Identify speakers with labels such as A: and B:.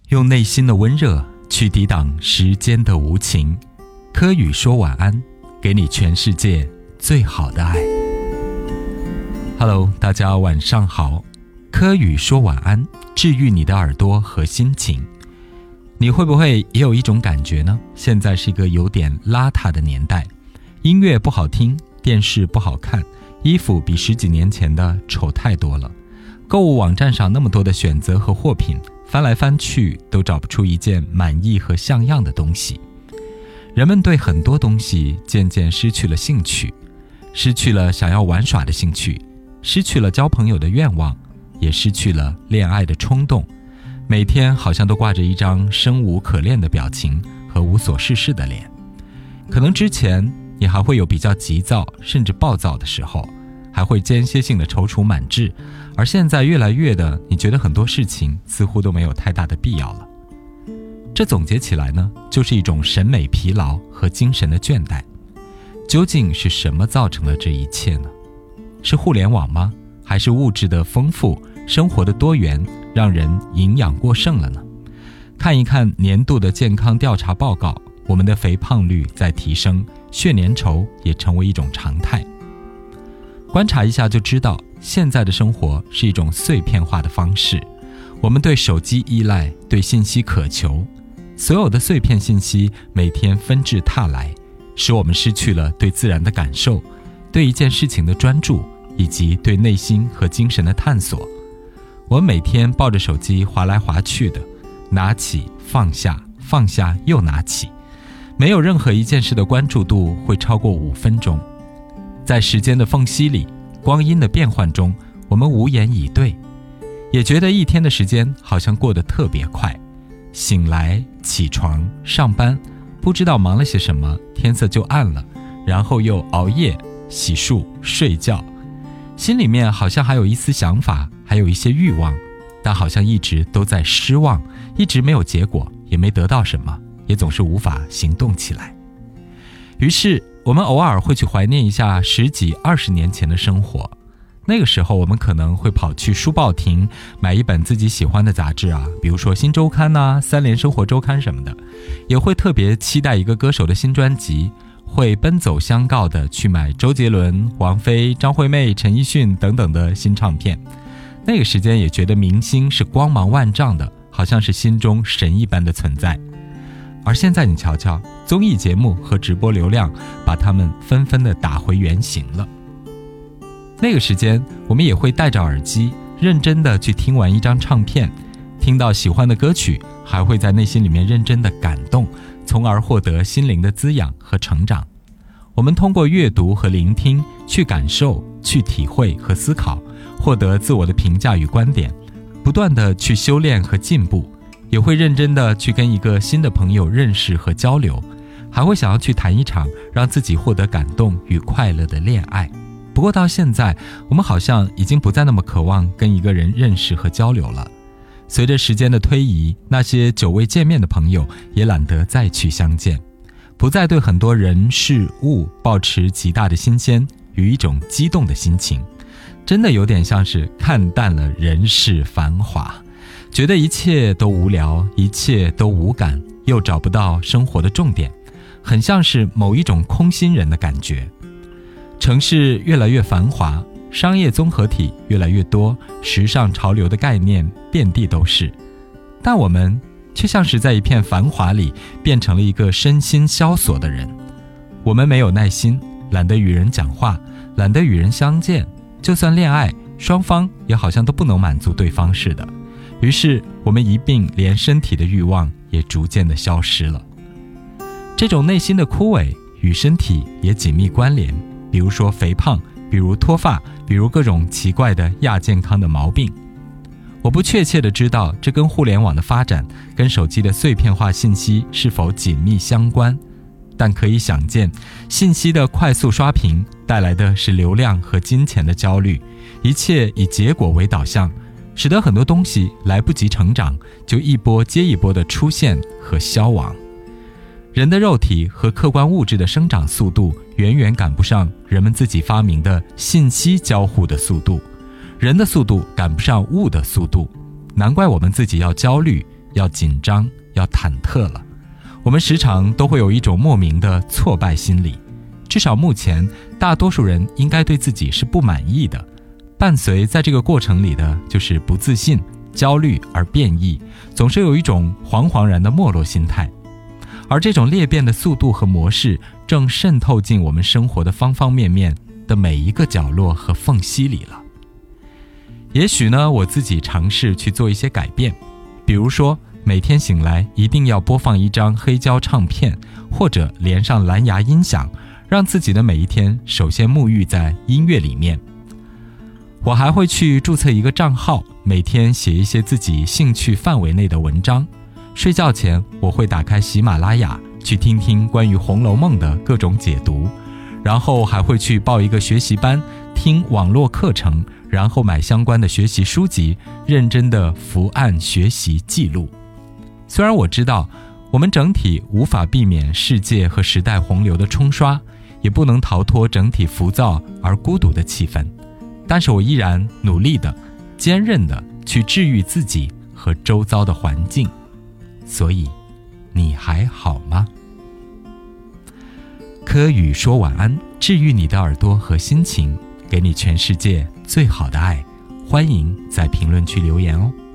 A: 用内心的温热去抵挡时间的无情。柯宇说晚安，给你全世界最好的爱。Hello， 大家晚上好。柯宇说晚安，治愈你的耳朵和心情。你会不会也有一种感觉呢？现在是一个有点邋遢的年代，音乐不好听，电视不好看，衣服比10几年前的丑太多了。购物网站上那么多的选择和货品，翻来翻去都找不出一件满意和像样的东西。人们对很多东西渐渐失去了兴趣，失去了想要玩耍的兴趣，失去了交朋友的愿望，也失去了恋爱的冲动。每天好像都挂着一张生无可恋的表情和无所事事的脸。可能之前你还会有比较急躁甚至暴躁的时候，还会间歇性的踌躇满志，而现在越来越的，你觉得很多事情似乎都没有太大的必要了。这总结起来呢，就是一种审美疲劳和精神的倦怠。究竟是什么造成了这一切呢？是互联网吗？还是物质的丰富，生活的多元，让人营养过剩了呢？看一看年度的健康调查报告，我们的肥胖率在提升，血粘稠也成为一种常态。观察一下就知道，现在的生活是一种碎片化的方式。我们对手机依赖，对信息渴求，所有的碎片信息每天纷至沓来，使我们失去了对自然的感受，对一件事情的专注，以及对内心和精神的探索。我们每天抱着手机滑来滑去的，拿起放下，放下又拿起，没有任何一件事的关注度会超过5分钟。在时间的缝隙里，光阴的变换中，我们无言以对，也觉得一天的时间好像过得特别快。醒来起床上班，不知道忙了些什么，天色就暗了，然后又熬夜洗漱睡觉，心里面好像还有一丝想法，还有一些欲望，但好像一直都在失望，一直没有结果，也没得到什么，也总是无法行动起来。于是我们偶尔会去怀念一下10几20年前的生活。那个时候我们可能会跑去书报亭买一本自己喜欢的杂志啊，比如说新周刊啊、三联生活周刊什么的，也会特别期待一个歌手的新专辑，会奔走相告的去买周杰伦、王菲、张惠妹、陈奕迅等等的新唱片。那个时间也觉得明星是光芒万丈的，好像是心中神一般的存在。而现在你瞧瞧，综艺节目和直播流量把他们纷纷的打回原形了。那个时间我们也会戴着耳机认真的去听完一张唱片，听到喜欢的歌曲，还会在内心里面认真的感动，从而获得心灵的滋养和成长。我们通过阅读和聆听去感受，去体会和思考，获得自我的评价与观点，不断的去修炼和进步，也会认真的去跟一个新的朋友认识和交流，还会想要去谈一场让自己获得感动与快乐的恋爱。不过到现在，我们好像已经不再那么渴望跟一个人认识和交流了。随着时间的推移，那些久未见面的朋友也懒得再去相见，不再对很多人事物抱持极大的新鲜与一种激动的心情，真的有点像是看淡了人世繁华，觉得一切都无聊，一切都无感，又找不到生活的重点，很像是某一种空心人的感觉。城市越来越繁华，商业综合体越来越多，时尚潮流的概念遍地都是，但我们却像是在一片繁华里变成了一个身心萧索的人。我们没有耐心，懒得与人讲话，懒得与人相见，就算恋爱，双方也好像都不能满足对方似的。于是我们一并连身体的欲望也逐渐的消失了。这种内心的枯萎与身体也紧密关联，比如说肥胖，比如脱发，比如各种奇怪的亚健康的毛病。我不确切地知道这跟互联网的发展，跟手机的碎片化信息是否紧密相关，但可以想见，信息的快速刷屏带来的是流量和金钱的焦虑，一切以结果为导向，使得很多东西来不及成长，就一波接一波的出现和消亡。人的肉体和客观物质的生长速度远远赶不上人们自己发明的信息交互的速度，人的速度赶不上物的速度，难怪我们自己要焦虑， 要紧张，要忐忑了。我们时常都会有一种莫名的挫败心理，至少目前大多数人应该对自己是不满意的。伴随在这个过程里的就是不自信、焦虑而变异，总是有一种惶惶然的没落心态。而这种裂变的速度和模式正渗透进我们生活的方方面面的每一个角落和缝隙里了。也许呢，我自己尝试去做一些改变，比如说每天醒来一定要播放一张黑胶唱片，或者连上蓝牙音响，让自己的每一天首先沐浴在音乐里面。我还会去注册一个账号，每天写一些自己兴趣范围内的文章。睡觉前我会打开喜马拉雅，去听听关于《红楼梦》的各种解读，然后还会去报一个学习班，听网络课程，然后买相关的学习书籍，认真的伏案学习记录。虽然我知道我们整体无法避免世界和时代洪流的冲刷，也不能逃脱整体浮躁而孤独的气氛，但是我依然努力的、坚韧的去治愈自己和周遭的环境。所以，你还好吗？柯宇说晚安，治愈你的耳朵和心情，给你全世界最好的爱。欢迎在评论区留言哦。